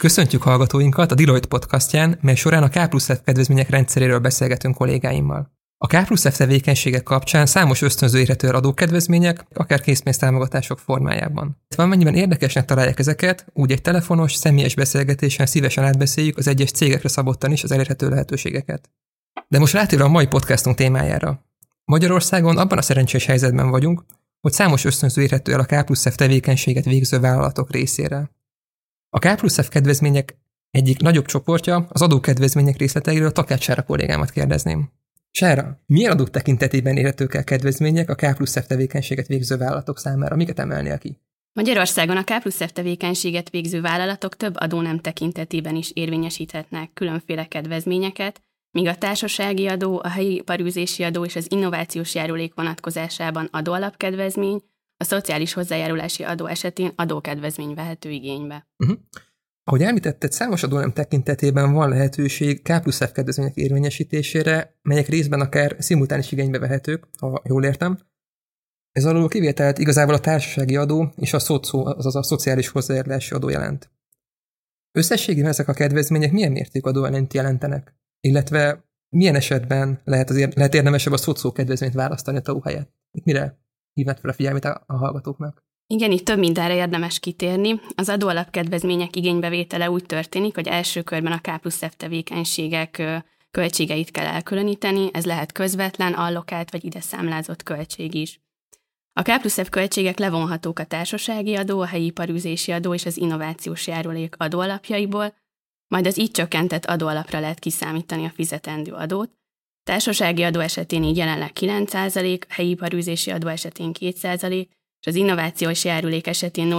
Köszöntjük hallgatóinkat a Deloitte podcastján, mely során a K+F kedvezmények rendszeréről beszélgetünk kollégáimmal. A K+F tevékenységek kapcsán számos ösztönző érhető el adókedvezmények, akár készpénztámogatások formájában. Amennyiben érdekesnek találják ezeket, úgy egy telefonos, személyes beszélgetésen szívesen átbeszéljük az egyes cégekre szabottan is az elérhető lehetőségeket. De most rátérve a mai podcastunk témájára. Magyarországon abban a szerencsés helyzetben vagyunk, hogy számos ösztönző érhető el a K+F tevékenységet végző vállalatok részére. A K+F kedvezmények egyik nagyobb csoportja az adókedvezmények részleteiről Takács Sára kollégámat kérdezném. Sára, milyen adók tekintetében érhetők el kedvezmények a K+F tevékenységet végző vállalatok számára? Miket emelnél ki? Magyarországon a K+F tevékenységet végző vállalatok több adónem tekintetében is érvényesíthetnek különféle kedvezményeket, míg a társasági adó, a helyi iparűzési adó és az innovációs járulék vonatkozásában adóalapkedvezmény, a szociális hozzájárulási adó esetén adókedvezmény vehető igénybe. Ahogy említetted, számos adónem tekintetében van lehetőség K+F kedvezmények érvényesítésére, melyek részben akár szimultánis igénybe vehetők, ha jól értem. Ez alól kivételt igazából a társasági adó és a SZOCO, azaz a szociális hozzájárulási adó jelent. Összességében ezek a kedvezmények milyen mértékű adóelőnyt jelentenek? Illetve milyen esetben lehet érdemesebb a SZOCO kedvezményt választani a TAU helyett? Itt mire hívnak fel a figyelmét a hallgatóknak? Igen, itt több mindenre érdemes kitérni. Az adóalapkedvezmények igénybevétele úgy történik, hogy első körben a K+F tevékenységek költségeit kell elkülöníteni, ez lehet közvetlen, allokált vagy ide számlázott költség is. A K+F költségek levonhatók a társasági adó, a helyi iparűzési adó és az innovációs járulék adóalapjaiból, majd az így csökkentett adóalapra lehet kiszámítani a fizetendő adót. Társasági adó esetén így jelenleg 9%, helyi iparűzési adó esetén 2%, és az innovációs járulék esetén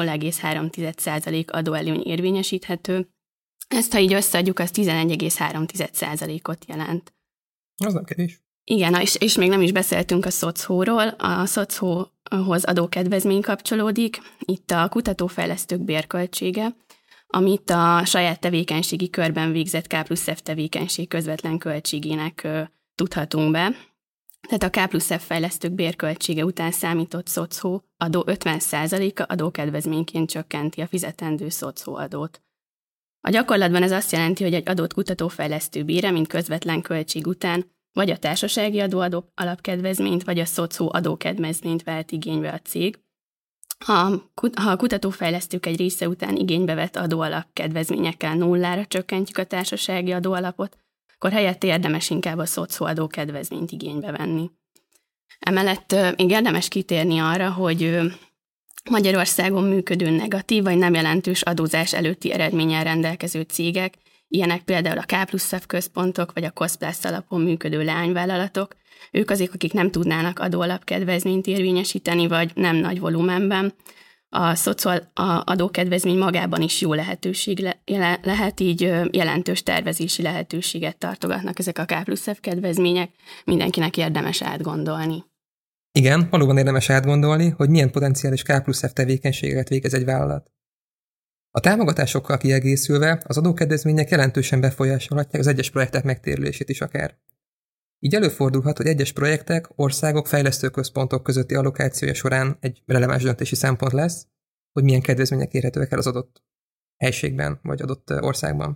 0,3% adóelőny érvényesíthető. Ezt, ha így összeadjuk, az 11,3%-ot jelent. Az nem kevés. Igen, és még nem is beszéltünk a SZOCO-ról. A SZOCO-hoz adókedvezmény kapcsolódik. Itt a kutatófejlesztők bérköltsége, amit a saját tevékenységi körben végzett K+F tevékenység közvetlen költségének tudhatunk be. Tehát a K+F fejlesztők bérköltsége után számított SZOCO adó 50%-a adókedvezményként csökkenti a fizetendő SZOCO adót. A gyakorlatban ez azt jelenti, hogy egy adott kutatófejlesztő bére, mint közvetlen költség után, vagy a társasági adó alapkedvezményt, vagy a SZOCO adókedvezményt vehet igénybe a cég. Ha a kutatófejlesztők egy része után igénybe vett adóalapkedvezményekkel nullára csökkentjük a társasági adóalapot, akkor helyett érdemes inkább a SZOCO adókedvezményt igénybe venni. Emellett még érdemes kitérni arra, hogy Magyarországon működő negatív vagy nem jelentős adózás előtti eredménnyel rendelkező cégek, ilyenek például a K+F központok vagy a Cost+ alapon működő leányvállalatok, ők azok, akik nem tudnának adóalapkedvezményt érvényesíteni, vagy nem nagy volumenben. A SZOCO adókedvezmény magában is jó lehetőség lehet, így jelentős tervezési lehetőséget tartogatnak ezek a K+F kedvezmények, mindenkinek érdemes átgondolni. Igen, valóban érdemes átgondolni, hogy milyen potenciális K+F tevékenységet végez egy vállalat. A támogatásokkal kiegészülve az adókedvezmények jelentősen befolyásolhatják az egyes projektek megtérülését is akár. Így előfordulhat, hogy egyes projektek, országok, fejlesztőközpontok közötti allokációja során egy releváns döntési szempont lesz, hogy milyen kedvezmények érhetőek el az adott helységben vagy adott országban.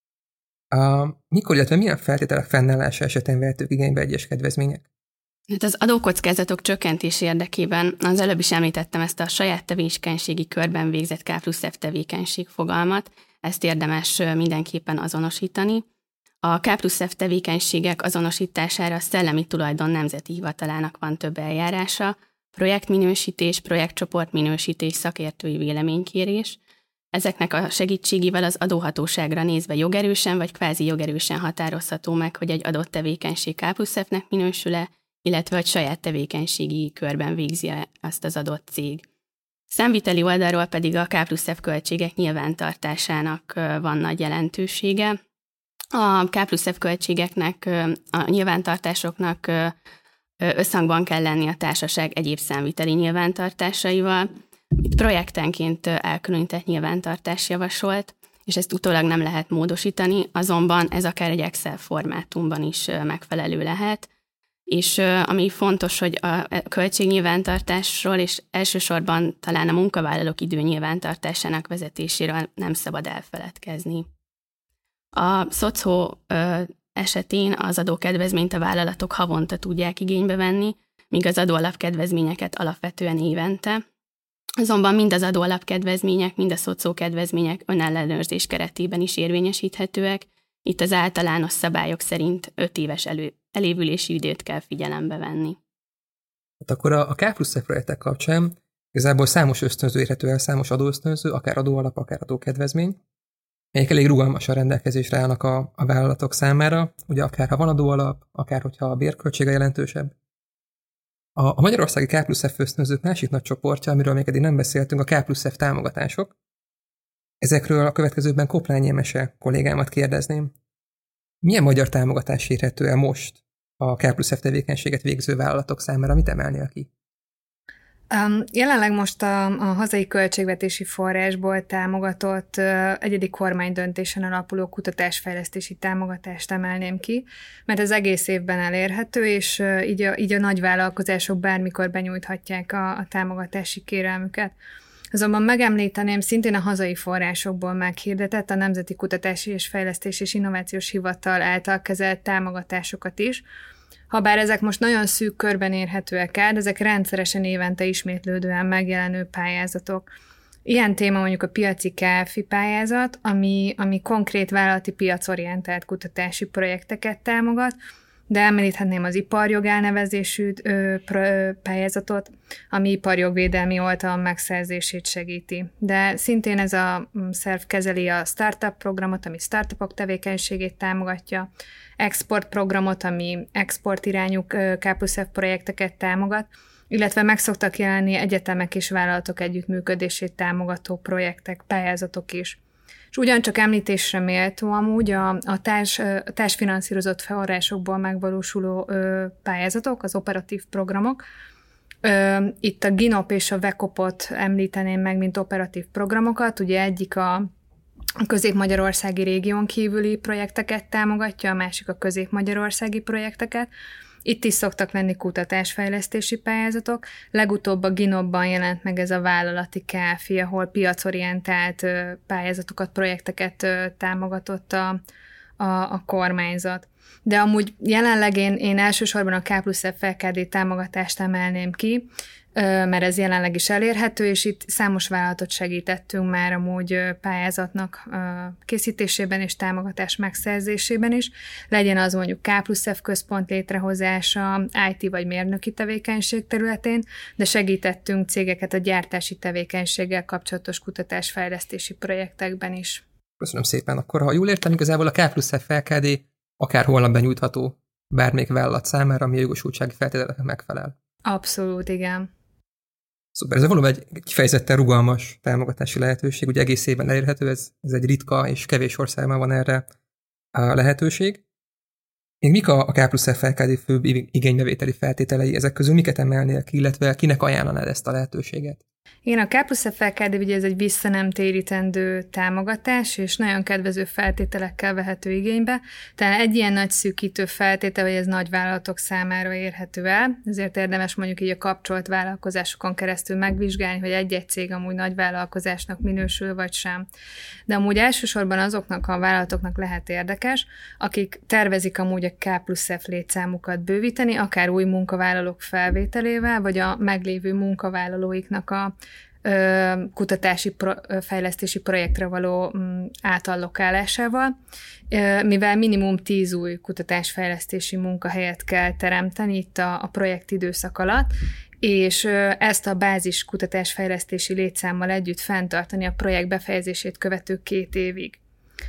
Mikor, illetve milyen feltételek fennállása esetén vehetők igénybe egyes kedvezmények? Hát az adókockázzatok csökkentés érdekében az előbb is említettem ezt a saját tevékenységi körben végzett K+F tevékenység fogalmat, ezt érdemes mindenképpen azonosítani. A K+F tevékenységek azonosítására a Szellemi Tulajdon Nemzeti Hivatalának van több eljárása, projektminősítés, projektcsoportminősítés, szakértői véleménykérés. Ezeknek a segítségével az adóhatóságra nézve jogerősen vagy kvázi jogerősen határozható meg, hogy egy adott tevékenység K+F-nek minősül-e, illetve hogy saját tevékenységi körben végzi azt az adott cég. Számviteli oldalról pedig a K+F költségek nyilvántartásának van nagy jelentősége. A K+F költségeknek, a nyilvántartásoknak összhangban kell lenni a társaság egyéb számviteli nyilvántartásaival. Itt projektenként elkülönített nyilvántartás javasolt, és ezt utólag nem lehet módosítani, azonban ez akár egy Excel formátumban is megfelelő lehet. És ami fontos, hogy a költségnyilvántartásról és elsősorban talán a munkavállalók időnyilvántartásának vezetéséről nem szabad elfeledkezni. A SZOCHO esetén az adókedvezményt a vállalatok havonta tudják igénybe venni, míg az adóalapkedvezményeket alapvetően évente. Azonban mind az adóalapkedvezmények, mind a SZOCHO kedvezmények önellenőrzés keretében is érvényesíthetőek. Itt az általános szabályok szerint 5 éves elévülési időt kell figyelembe venni. Hát akkor a K+F projektek kapcsán igazából számos ösztönző érhető el, számos adóösztönző, akár adóalap, akár adókedvezmény, melyek elég rugalmasan rendelkezésre állnak a vállalatok számára, ugye akár ha van adóalap, akár hogyha a bérköltsége jelentősebb. A magyarországi K+F ösztönzők másik nagy csoportja, amiről még eddig nem beszéltünk, a K+F támogatások. Ezekről a következőkben Koplányi Emese kollégámat kérdezném. Milyen magyar támogatás érhető el most a K+F tevékenységet végző vállalatok számára? Mit emelnél ki? Jelenleg most a hazai költségvetési forrásból támogatott egyedi kormánydöntésen alapuló kutatásfejlesztési támogatást emelném ki, mert ez egész évben elérhető, és így a nagyvállalkozások bármikor benyújthatják a támogatási kérelmüket. Azonban megemlíteném szintén a hazai forrásokból meghirdetett a Nemzeti Kutatási és Fejlesztés és Innovációs Hivatal által kezelt támogatásokat is. Habár ezek most nagyon szűk körben érhetőek el, de ezek rendszeresen évente ismétlődően megjelenő pályázatok. Ilyen téma mondjuk a piaci KFI pályázat, ami konkrét vállalati piacorientált kutatási projekteket támogat, de említhetném az iparjog elnevezésű pályázatot, ami iparjogvédelmi oltalom megszerzését segíti. De szintén ez a szerv kezeli a startup programot, ami startupok tevékenységét támogatja, export programot, ami export irányú K+F projekteket támogat, illetve meg szoktak jelenni egyetemek és vállalatok együttműködését támogató projektek, pályázatok is. És ugyancsak említésre méltó amúgy a társfinanszírozott forrásokból megvalósuló pályázatok, az operatív programok. Itt a GINOP és a VECOP-ot említeném meg, mint operatív programokat. Ugye egyik a közép-magyarországi régión kívüli projekteket támogatja, a másik a közép-magyarországi projekteket. Itt is szoktak lenni kutatásfejlesztési pályázatok. Legutóbb a GINOP-ban jelent meg ez a vállalati KFI, ahol piacorientált pályázatokat, projekteket támogatott a kormányzat. De amúgy jelenleg én elsősorban a K+F LKD támogatást emelném ki, mert ez jelenleg is elérhető, és itt számos vállalatot segítettünk már amúgy pályázatnak készítésében és támogatás megszerzésében is. Legyen az mondjuk K+F központ létrehozása, IT vagy mérnöki tevékenység területén, de segítettünk cégeket a gyártási tevékenységgel kapcsolatos kutatásfejlesztési projektekben is. Köszönöm szépen. Akkor, ha jól értem, igazából a K+F LKD akár holnap benyújtható bármelyik vállalat számára, ami a jogosultsági feltételeknek megfelel. Abszolút, igen. Szuper, ez valóban egy kifejezetten rugalmas támogatási lehetőség, ugye egész évben elérhető, ez egy ritka és kevés országban van erre a lehetőség. Még mik a K+F LKD főbb igénybevételi feltételei, ezek közül miket emelnél ki, illetve kinek ajánlanád ezt a lehetőséget? Igen, a K+F LKD ugye ez egy visszanemtérítendő támogatás, és nagyon kedvező feltételekkel vehető igénybe. Tehát egy ilyen nagy szűkítő feltétel, hogy ez nagy vállalatok számára érhető el, ezért érdemes mondjuk így a kapcsolt vállalkozásokon keresztül megvizsgálni, hogy egy-egy cég amúgy nagy vállalkozásnak minősül, vagy sem. De amúgy elsősorban azoknak a vállalatoknak lehet érdekes, akik tervezik amúgy a K+F létszámukat bővíteni, akár új munkavállalók felvételével, vagy a meglévő munkavállalóiknak a kutatási fejlesztési projektre való átallokálásával, mivel minimum 10 új kutatásfejlesztési munkahelyet kell teremteni itt a projektidőszak alatt, és ezt a bázis kutatásfejlesztési létszámmal együtt fenntartani a projekt befejezését követő 2 évig.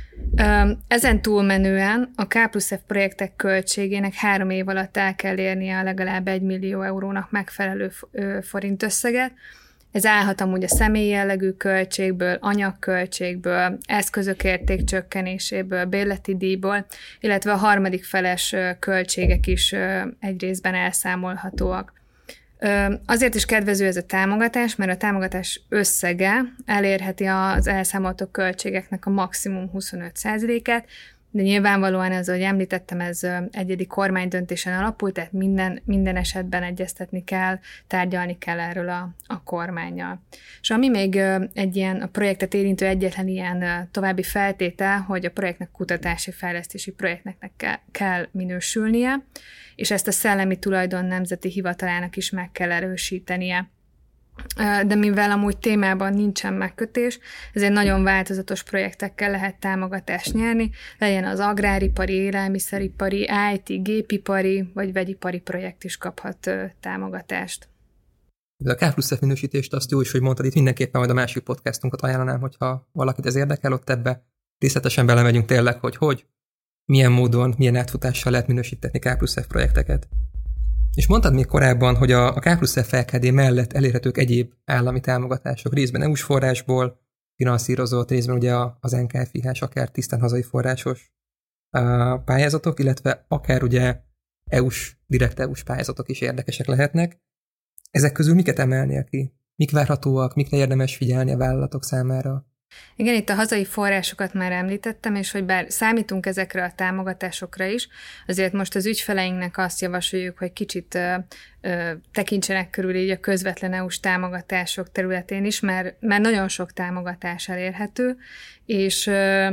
Ezen túlmenően a K+F projektek költségének 3 év alatt el kell érnie a legalább 1 millió eurónak megfelelő forintösszeget. Ez állhat amúgy a személyi jellegű költségből, anyagköltségből, eszközök értékcsökkenéséből, bérleti díjból, illetve a harmadik feles költségek is egy részben elszámolhatóak. Azért is kedvező ez a támogatás, mert a támogatás összege elérheti az elszámolható költségeknek a maximum 25%-át, de nyilvánvalóan ez, ahogy említettem, ez egyedi kormánydöntésen alapul, tehát minden esetben egyeztetni kell, tárgyalni kell erről a kormánnyal. És ami még a projektet érintő egyetlen ilyen további feltétel, hogy a projektnek kutatási fejlesztési projektnek kell minősülnie, és ezt a Szellemi Tulajdon Nemzeti Hivatalának is meg kell erősítenie. De mivel amúgy témában nincsen megkötés, ezért nagyon változatos projektekkel lehet támogatást nyerni, legyen az agráripari, élelmiszeripari, IT, gépipari vagy vegyipari projekt is kaphat támogatást. De a K+F minősítést azt jó is, hogy mondtad, itt mindenképpen majd a másik podcastunkat ajánlanám, hogyha valakit ez érdekel, ott ebbe részletesen belemegyünk tényleg, hogy milyen módon, milyen átfutással lehet minősíteni K+F projekteket. És mondtad még korábban, hogy a K+F LKD mellett elérhetők egyéb állami támogatások, részben EU-s forrásból finanszírozott, részben ugye az NKFIH-s, akár tisztán hazai forrásos pályázatok, illetve akár ugye direkt EU-s pályázatok is érdekesek lehetnek. Ezek közül miket emelnél ki? Mik várhatóak, mikre érdemes figyelni a vállalatok számára? Igen, itt a hazai forrásokat már említettem, és hogy bár számítunk ezekre a támogatásokra is, azért most az ügyfeleinknek azt javasoljuk, hogy kicsit tekintsenek körül így a közvetlen EU-s támogatások területén is, mert nagyon sok támogatás elérhető, és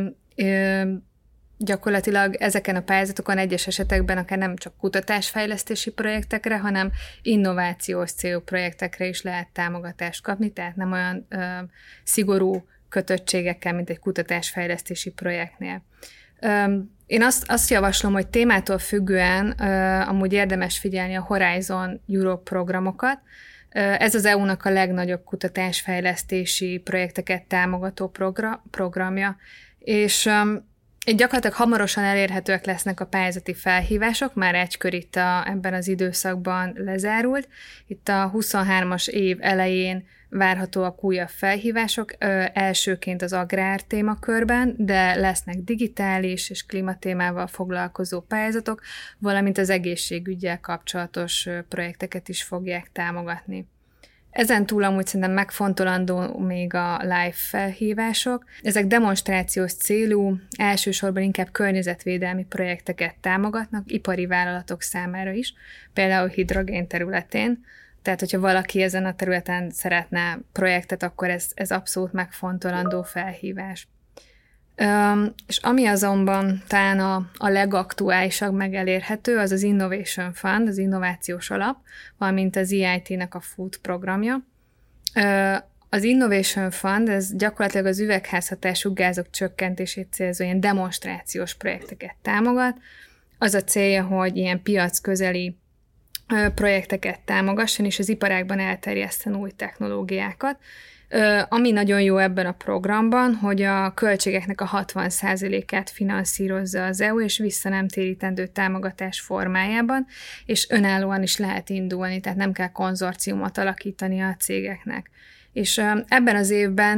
gyakorlatilag ezeken a pályázatokon egyes esetekben akár nem csak kutatásfejlesztési projektekre, hanem innovációs célú projektekre is lehet támogatást kapni, tehát nem olyan szigorú kötöttségekkel, mint egy kutatásfejlesztési projektnél. Én azt javaslom, hogy témától függően amúgy érdemes figyelni a Horizon Europe programokat. Ez az EU-nak a legnagyobb kutatásfejlesztési projekteket támogató programja, és gyakorlatilag hamarosan elérhetőek lesznek a pályázati felhívások, már egy kör itt ebben az időszakban lezárult. Itt a 23-as év elején várhatóak újabb felhívások, elsőként az agrár témakörben, de lesznek digitális és klímatémával foglalkozó pályázatok, valamint az egészségüggyel kapcsolatos projekteket is fogják támogatni. Ezen túl amúgy szerintem megfontolandó még a live felhívások. Ezek demonstrációs célú, elsősorban inkább környezetvédelmi projekteket támogatnak, ipari vállalatok számára is, például hidrogén területén. Tehát, hogyha valaki ezen a területen szeretne projektet, akkor ez abszolút megfontolandó felhívás. És ami azonban talán a legaktuálisabb megelérhető, az Innovation Fund, az innovációs alap, valamint az EIT-nek a Food programja. Az Innovation Fund, ez gyakorlatilag az üvegházhatású gázok csökkentését célzó ilyen demonstrációs projekteket támogat. Az a célja, hogy ilyen piacközeli projekteket támogasson, és az iparágban elterjeszten új technológiákat. Ami nagyon jó ebben a programban, hogy a költségeknek a 60%-át finanszírozza az EU, és vissza nem térítendő támogatás formájában, és önállóan is lehet indulni, tehát nem kell konzorciumot alakítani a cégeknek. És ebben az évben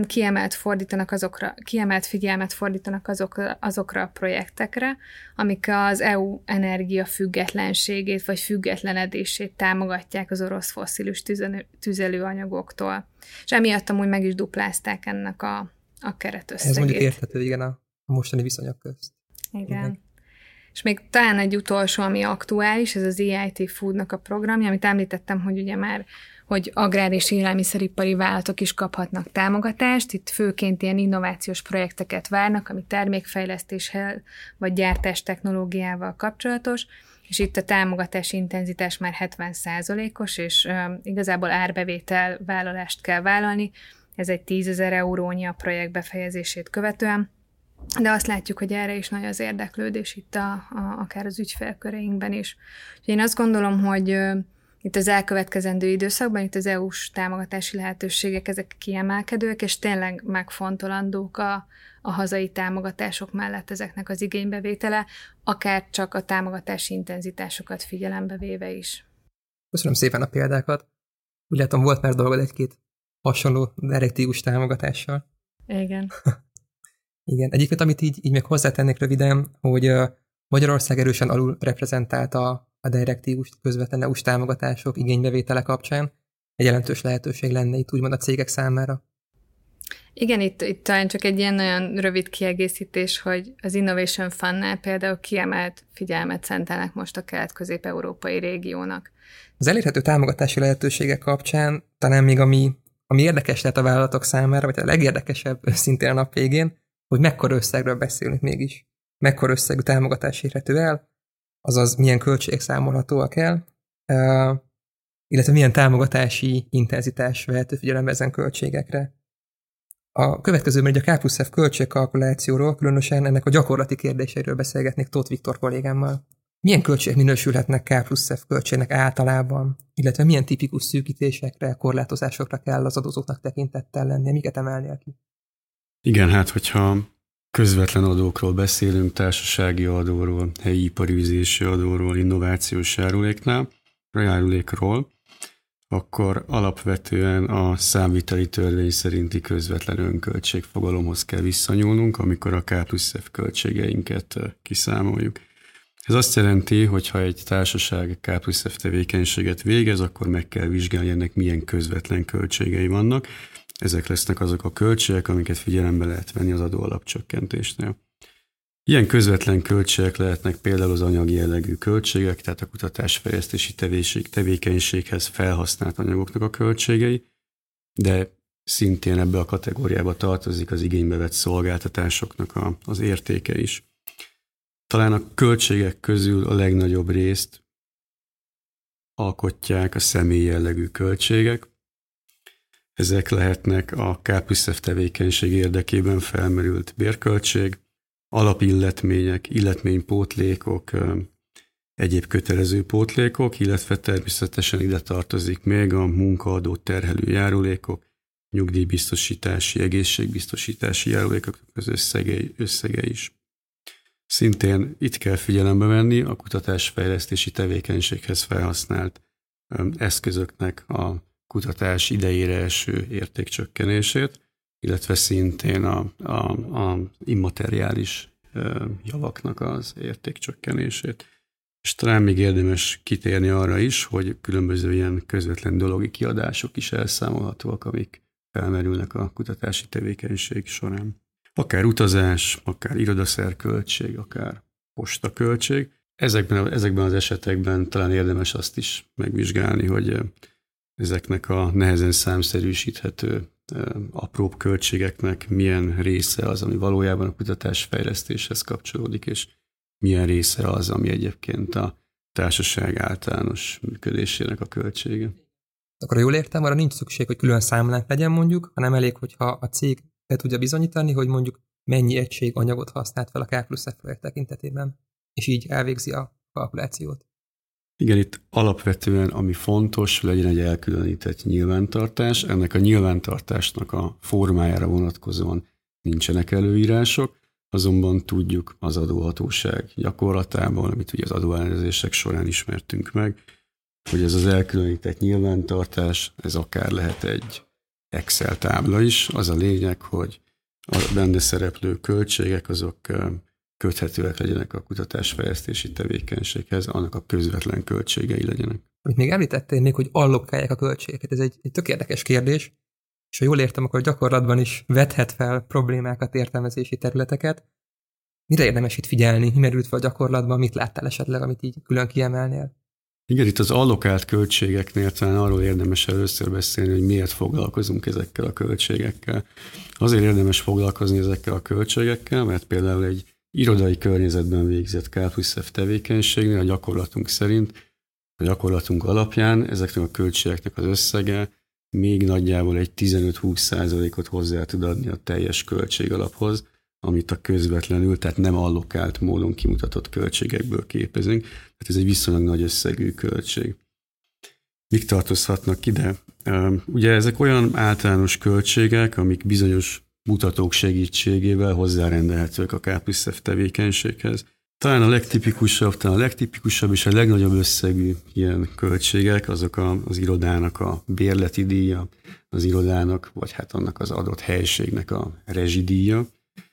kiemelt figyelmet fordítanak azokra a projektekre, amik az EU energia függetlenségét vagy függetlenedését támogatják az orosz fosszilis tüzelőanyagoktól. És emiatt amúgy meg is duplázták ennek a keretösszegét. Ez mondjuk érthető, igen, a mostani viszonyok közt. Igen. És még talán egy utolsó, ami aktuális, ez az EIT Foodnak a programja, amit említettem, hogy ugye már hogy agrár- és élelmiszeripari vállalatok is kaphatnak támogatást. Itt főként ilyen innovációs projekteket várnak, ami termékfejlesztéssel vagy gyártás technológiával kapcsolatos, és itt a támogatási intenzitás már 70%-os, és igazából árbevétel vállalást kell vállalni. Ez egy 10 000 eurónyi a projekt befejezését követően. De azt látjuk, hogy erre is nagy az érdeklődés itt akár az ügyfélköreinkben is. Én azt gondolom, hogy itt az elkövetkezendő időszakban, itt az EU-s támogatási lehetőségek, ezek kiemelkedőek, és tényleg megfontolandók a hazai támogatások mellett ezeknek az igénybevétele, akár csak a támogatási intenzitásokat figyelembe véve is. Köszönöm szépen a példákat. Úgy látom, volt már dolgod egy-két hasonló direktígus támogatással. Igen. Igen. Egyébként, amit így még hozzátennék röviden, hogy Magyarország erősen alul reprezentált a direktígus közvetlen EU-s támogatások igénybevétele kapcsán. Egy jelentős lehetőség lenne itt úgymond a cégek számára. Igen, itt talán csak egy ilyen nagyon rövid kiegészítés, hogy az Innovation Fund-nál például kiemelt figyelmet szentelnek most a kelet-közép-európai régiónak. Az elérhető támogatási lehetőségek kapcsán talán még ami érdekes lehet a vállalatok számára, vagy a legérdekesebb szintén a nap végén, hogy mekkora összegről beszélünk mégis. Mekkora összegű támogatás érhető el, azaz milyen költségek számolhatóak el, illetve milyen támogatási intenzitás vehető figyelembe ezen költségekre. A következőben egy a K+F költségkalkulációról, különösen ennek a gyakorlati kérdéseiről beszélgetnék Tóth Viktor kollégámmal. Milyen költségek minősülhetnek K+F költségnek általában, illetve milyen tipikus szűkítésekre, korlátozásokra kell az adózóknak tekintettel lennie, miket emelnél ki? Igen, hát hogyha közvetlen adókról beszélünk, társasági adóról, helyi iparűzési adóról, innovációs járulékról, akkor alapvetően a számviteli törvény szerinti közvetlen önköltségfogalomhoz kell visszanyúlnunk, amikor a K+F költségeinket kiszámoljuk. Ez azt jelenti, hogy ha egy társaság K+F tevékenységet végez, akkor meg kell vizsgálni ennek milyen közvetlen költségei vannak. Ezek lesznek azok a költségek, amiket figyelembe lehet venni az adóalapcsökkentésnél. Ilyen közvetlen költségek lehetnek például az anyagi jellegű költségek, tehát a kutatásfejlesztési tevékenységhez felhasznált anyagoknak a költségei, de szintén ebbe a kategóriába tartozik az igénybe vett szolgáltatásoknak az értéke is. Talán a költségek közül a legnagyobb részt alkotják a személyi jellegű költségek. Ezek lehetnek a K+F tevékenység érdekében felmerült bérköltség, alapilletmények, illetménypótlékok, egyéb kötelező pótlékok, illetve természetesen ide tartozik még a munkaadó terhelő járulékok, nyugdíjbiztosítási, egészségbiztosítási járulékok az összege is. Szintén itt kell figyelembe venni a kutatásfejlesztési tevékenységhez felhasznált eszközöknek a kutatás idejére eső értékcsökkenését, illetve szintén a immateriális javaknak az értékcsökkenését. És talán még érdemes kitérni arra is, hogy különböző ilyen közvetlen dologi kiadások is elszámolhatóak, amik felmerülnek a kutatási tevékenység során. Akár utazás, akár irodaszerköltség, akár postaköltség. Ezekben az esetekben talán érdemes azt is megvizsgálni, hogy ezeknek a nehezen számszerűsíthető apróbb költségeknek milyen része az, ami valójában a kutatásfejlesztéshez kapcsolódik, és milyen része az, ami egyébként a társaság általános működésének a költsége. Akkor jól értem, arra nincs szükség, hogy külön számlánk legyen mondjuk, hanem elég, hogyha a cég be tudja bizonyítani, hogy mondjuk mennyi egység anyagot használt fel a K+F projekt tekintetében, és így elvégzi a kalkulációt. Igen, itt alapvetően ami fontos, legyen egy elkülönített nyilvántartás. Ennek a nyilvántartásnak a formájára vonatkozóan nincsenek előírások, azonban tudjuk az adóhatóság gyakorlatából, amit ugye az adóellenőrzések során ismertünk meg, hogy ez az elkülönített nyilvántartás, ez akár lehet egy Excel tábla is. Az a lényeg, hogy a benne szereplő költségek azok köthetőek legyenek a kutatásfejlesztési tevékenységhez, annak a közvetlen költségei legyenek. Amit még említettél még, hogy allokálják a költségeket, ez egy tök érdekes kérdés, és ha jól értem, akkor gyakorlatban is vethet fel problémákat, értelmezési területeket. Mire érdemes itt figyelni? Mi merült fel a gyakorlatban? Mit láttál esetleg, amit így külön kiemelnél? Igen, itt az allokált költségeknél talán arról érdemes először beszélni, hogy miért foglalkozunk ezekkel a költségekkel. Azért érdemes foglalkozni ezekkel a költségekkel, mert például egy irodai környezetben végzett K+F tevékenységnél a gyakorlatunk szerint, a gyakorlatunk alapján ezeknek a költségeknek az összege még nagyjából egy 15-20%-ot hozzá tud adni a teljes költségalaphoz, amit a közvetlenül, tehát nem allokált módon kimutatott költségekből képezünk. Tehát ez egy viszonylag nagy összegű költség. Mik tartozhatnak ide? Ugye ezek olyan általános költségek, amik bizonyos mutatók segítségével hozzárendelhetők a K+F tevékenységhez. Talán a legtipikusabb és a legnagyobb összegű ilyen költségek, azok az irodának a bérleti díja, az irodának, vagy hát annak az adott helységnek a rezsidíja.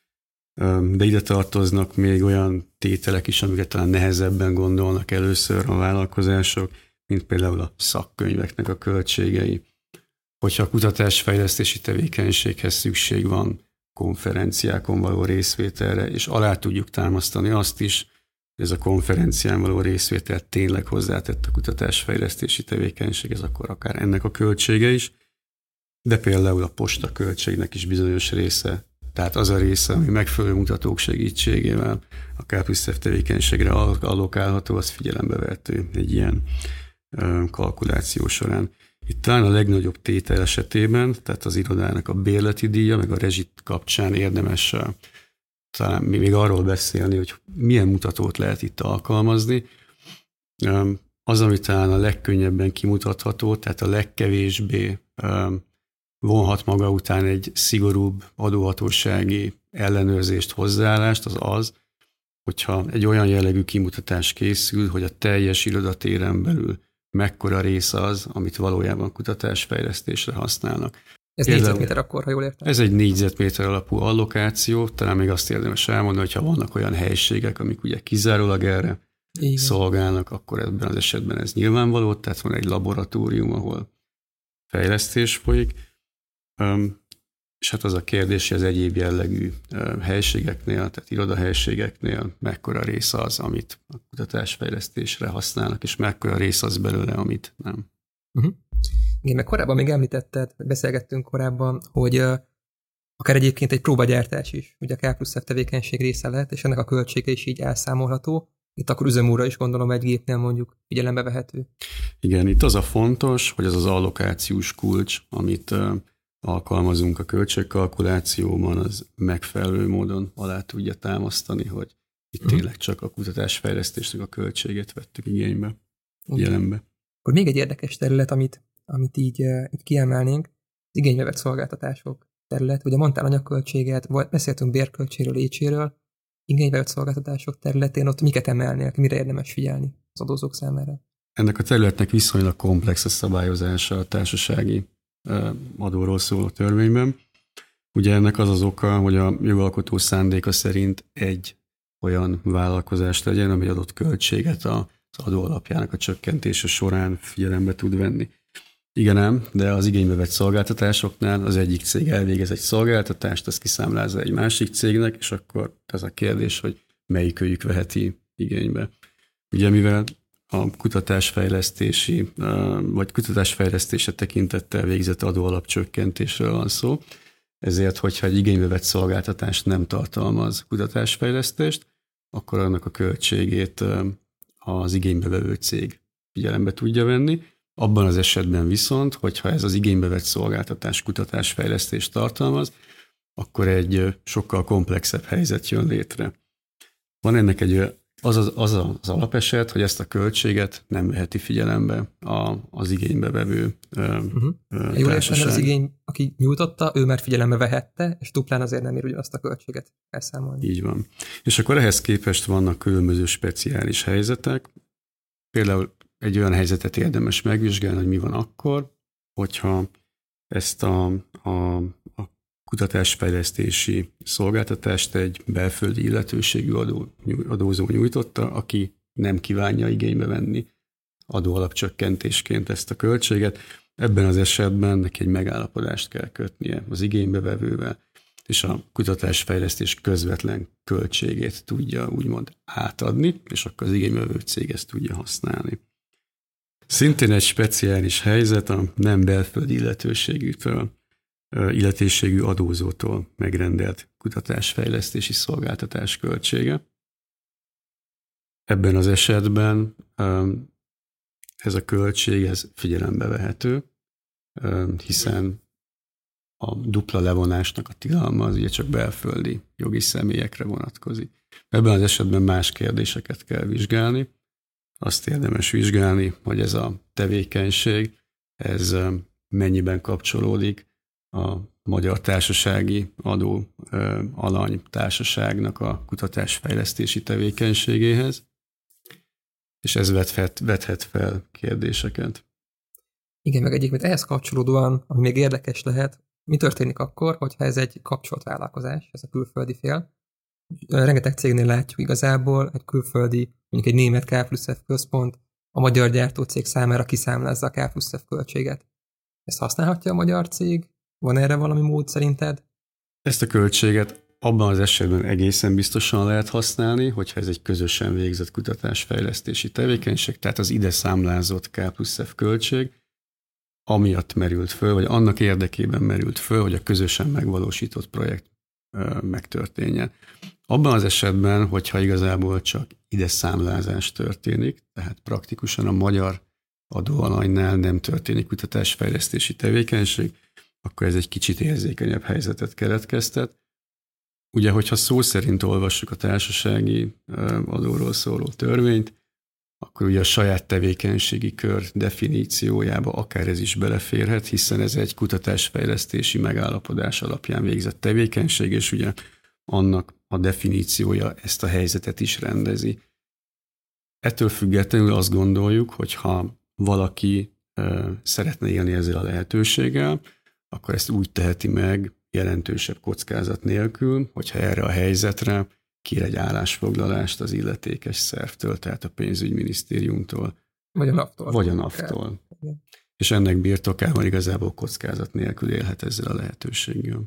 De ide tartoznak még olyan tételek is, amiket talán nehezebben gondolnak először a vállalkozások, mint például a szakkönyveknek a költségei, Hogyha a kutatásfejlesztési tevékenységhez szükség van konferenciákon való részvételre, és alá tudjuk támasztani azt is, hogy ez a konferencián való részvétel tényleg hozzátett a kutatásfejlesztési tevékenységhez, akkor akár ennek a költsége is, de például a posta költségnek is bizonyos része, tehát az a része, ami megfelelő mutatók segítségével a K+F tevékenységre allokálható, az figyelembe vehető egy ilyen kalkuláció során. Itt talán a legnagyobb tétel esetében, tehát az irodának a bérleti díja, meg a rezsit kapcsán érdemes talán még arról beszélni, hogy milyen mutatót lehet itt alkalmazni. Az, ami talán a legkönnyebben kimutatható, tehát a legkevésbé vonhat maga után egy szigorúbb adóhatósági ellenőrzést, hozzáállást, az, hogyha egy olyan jellegű kimutatás készül, hogy a teljes irodatéren belül mekkora része az, amit valójában kutatásfejlesztésre használnak. Ez négyzetméter akkor, ha jól értem? Ez egy négyzetméter alapú allokáció, talán még azt érdemes elmondani, hogyha vannak olyan helyiségek, amik ugye kizárólag erre szolgálnak, akkor ebben az esetben ez nyilvánvaló, tehát van egy laboratórium, ahol fejlesztés folyik, és hát az a kérdés, hogy az egyéb jellegű helységeknél, tehát irodahelyiségeknél mekkora része az, amit a kutatásfejlesztésre használnak, és mekkora része az belőle, amit nem. Igen, meg korábban még említetted, beszélgettünk korábban, hogy akár egyébként egy próbagyártás is, ugye a K+F tevékenység része lehet, és ennek a költsége is így elszámolható. Itt akkor üzemóra is gondolom egy gépnél mondjuk figyelembe vehető. Igen, itt az a fontos, hogy az az allokációs kulcs, amit alkalmazunk a költségkalkulációban, az megfelelő módon alá tudja támasztani, hogy itt tényleg csak a kutatásfejlesztésnek a költségét vettük igénybe, figyelembe. Akkor még egy érdekes terület, amit így kiemelnénk, az igénybe vett szolgáltatások terület. Ugye mondtál anyagköltséget, beszéltünk bérköltségről, écséről, igénybe vett szolgáltatások területén ott miket emelnél, mire érdemes figyelni az adózók számára? Ennek a területnek viszonylag komplex a szabályozása a társasági adóról szóló törvényben. Ugye ennek az az oka, hogy a jogalkotó szándéka szerint egy olyan vállalkozás legyen, ami adott költséget az adó alapjának a csökkentése során figyelembe tud venni. Igen ám, de az igénybe vett szolgáltatásoknál az egyik cég elvégez egy szolgáltatást, azt kiszámlázza egy másik cégnek, és akkor ez a kérdés, hogy melyikőjük veheti igénybe. Ugye mivel a kutatásfejlesztése tekintettel végzett adóalapcsökkentésről van szó, ezért, hogyha egy igénybe vett szolgáltatás nem tartalmaz kutatásfejlesztést, akkor annak a költségét az igénybevevő cég figyelembe tudja venni. Abban az esetben viszont, hogyha ez az igénybe vett szolgáltatás kutatásfejlesztést tartalmaz, akkor egy sokkal komplexebb helyzet jön létre. Van ennek az alapeset, hogy ezt a költséget nem veheti figyelembe az igénybe vevő társaság. Jól értem, az igény, aki nyújtotta, ő már figyelembe vehette, és duplán azért nem ér ugyanazt a költséget elszámolni. Így van. És akkor ehhez képest vannak különböző speciális helyzetek. Például egy olyan helyzetet érdemes megvizsgálni, hogy mi van akkor, hogyha ezt a kutatásfejlesztési szolgáltatást egy belföldi illetőségű adózó nyújtotta, aki nem kívánja igénybe venni adóalapcsökkentésként ezt a költséget. Ebben az esetben neki egy megállapodást kell kötnie az igénybevevővel, és a kutatásfejlesztés közvetlen költségét tudja úgymond átadni, és akkor az igénybevevő cég ezt tudja használni. Szintén egy speciális helyzet a nem belföldi illetőségű adózótól megrendelt kutatásfejlesztési szolgáltatás költsége. Ebben az esetben ez a költség figyelembe vehető, hiszen a dupla levonásnak a tilalma az ugye csak belföldi jogi személyekre vonatkozik. Ebben az esetben más kérdéseket kell vizsgálni. Azt érdemes vizsgálni, hogy ez a tevékenység, ez mennyiben kapcsolódik a Magyar Társasági Adó Alany Társaságnak a kutatásfejlesztési tevékenységéhez, és ez vethet fel kérdéseket. Igen, meg egyébként ehhez kapcsolódóan, ami még érdekes lehet, mi történik akkor, hogyha ez egy kapcsolt vállalkozás, ez a külföldi fél. Rengeteg cégnél látjuk igazából egy külföldi, mondjuk egy német K+F központ a magyar gyártócég számára kiszámlázza a K+F költséget. Ezt használhatja a magyar cég? Van erre valami mód szerinted? Ezt a költséget abban az esetben egészen biztosan lehet használni, hogyha ez egy közösen végzett kutatásfejlesztési tevékenység, tehát az ide számlázott K+F költség amiatt merült föl, vagy annak érdekében merült föl, hogy a közösen megvalósított projekt megtörténjen. Abban az esetben, hogyha igazából csak ide számlázás történik, tehát praktikusan a magyar adóalanynál nem történik kutatásfejlesztési tevékenység, akkor ez egy kicsit érzékenyebb helyzetet keletkeztet. Ugye, hogyha szó szerint olvassuk a társasági adóról szóló törvényt, akkor ugye a saját tevékenységi kör definíciójába akár ez is beleférhet, hiszen ez egy kutatásfejlesztési megállapodás alapján végzett tevékenység, és ugye annak a definíciója ezt a helyzetet is rendezi. Ettől függetlenül azt gondoljuk, hogy ha valaki szeretne élni ezzel a lehetőséggel, akkor ezt úgy teheti meg jelentősebb kockázat nélkül, hogyha erre a helyzetre kér egy állásfoglalást az illetékes szervtől, tehát a pénzügyminisztériumtól. Vagy a NAV-tól. Vagy a NAV-tól. És ennek birtokában igazából kockázat nélkül élhet ezzel a lehetőséggel.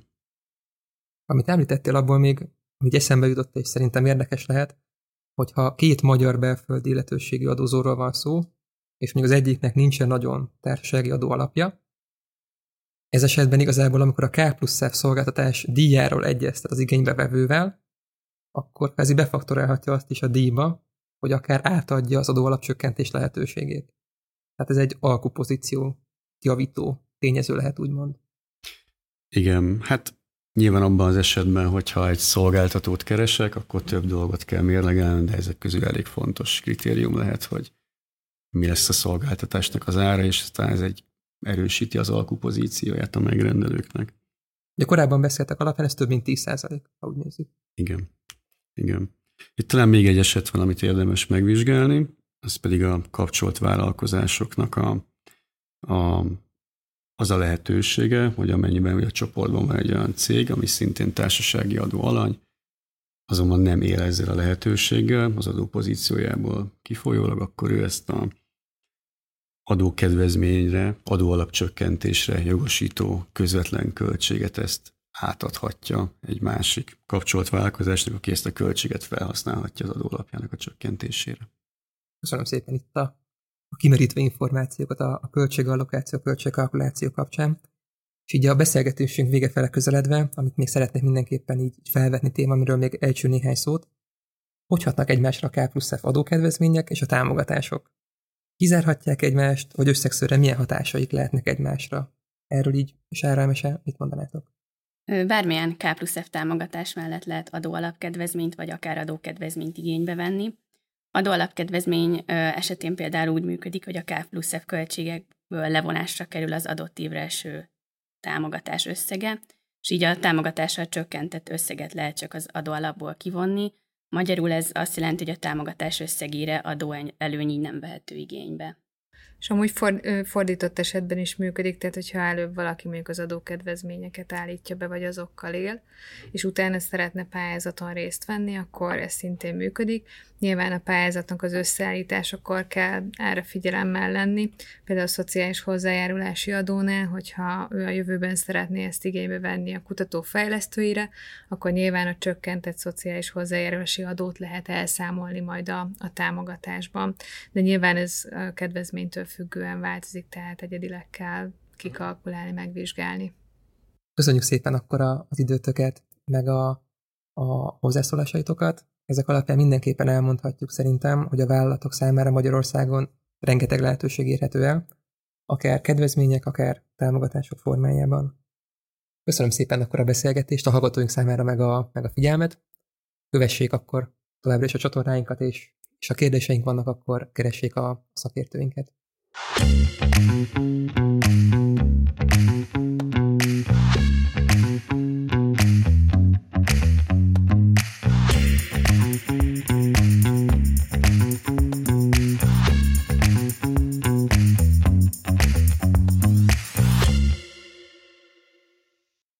Amit említettél, abból még így eszembe jutott, és szerintem érdekes lehet, hogyha két magyar belföldi illetőségi adózóról van szó, és még az egyiknek nincsen nagyon társasági adó alapja, ez esetben igazából, amikor a K+F szolgáltatás díjáról egyeztet az igénybevevővel, akkor kvázi befaktorálhatja azt is a díjba, hogy akár átadja az adóalapcsökkentés lehetőségét. Tehát ez egy alkupozíció javító tényező lehet, úgymond. Igen, hát nyilván abban az esetben, hogyha egy szolgáltatót keresek, akkor több dolgot kell mérlegelni, de ezek közül elég fontos kritérium lehet, hogy mi lesz a szolgáltatásnak az ára, és aztán ez erősíti az alkupozícióját a megrendelőknek. De korábban beszéltek alapján, ez több mint 10%, ha úgy nézzük. Igen. Itt talán még egy eset van, amit érdemes megvizsgálni, az pedig a kapcsolt vállalkozásoknak az a lehetősége, hogy amennyiben a csoportban van egy olyan cég, ami szintén társasági adó alany, azonban nem él ezzel a lehetőséggel, az adópozíciójából kifolyólag, akkor ő ezt a adókedvezményre, adóalapcsökkentésre jogosító közvetlen költséget ezt átadhatja egy másik kapcsolt vállalkozásnak, aki ezt a költséget felhasználhatja az adóalapjának a csökkentésére. Köszönöm szépen itt a kimerítve információkat a költségallokáció, a költségkalkuláció kapcsán. És így a beszélgetésünk vége fele közeledve, amit még szeretnék mindenképpen így felvetni téma, amiről még elcsül néhány szót, hogy hatnak egymásra a K+F adókedvezmények és a támogatások? Kizárhatják egymást, vagy összegszerűen milyen hatásaik lehetnek egymásra? Erről így, Sára Emese, mit mondanátok? Bármilyen K+F támogatás mellett lehet adóalapkedvezményt, vagy akár adókedvezményt igénybe venni. Adóalapkedvezmény esetén például úgy működik, hogy a K+F költségekből levonásra kerül az adott évre eső támogatás összege, és így a támogatással csökkentett összeget lehet csak az adóalapból kivonni. Magyarul ez azt jelenti, hogy a támogatás összegére adóelőny így nem vehető igénybe. És amúgy fordított esetben is működik, tehát hogyha előbb valaki mondjuk az adókedvezményeket állítja be, vagy azokkal él, és utána szeretne pályázaton részt venni, akkor ez szintén működik. Nyilván a pályázatnak az összeállításakor kell erre figyelemmel lenni, például a szociális hozzájárulási adónál, hogyha ő a jövőben szeretné ezt igénybe venni a kutatófejlesztőire, akkor nyilván a csökkentett szociális hozzájárulási adót lehet elszámolni majd a támogatásban. De nyilván ez a kedvezménytől függően változik, tehát egyedileg kell kikalkulálni, megvizsgálni. Köszönjük szépen akkor az időtöket, meg a hozzászólásaitokat. Ezek alapján mindenképpen elmondhatjuk szerintem, hogy a vállalatok számára Magyarországon rengeteg lehetőség érhető el, akár kedvezmények, akár támogatások formájában. Köszönöm szépen akkor a beszélgetést, a hallgatóink számára meg a figyelmet. Kövessék akkor továbbra is a csatornáinkat, és ha kérdéseink vannak, akkor keressék a szakértőinket.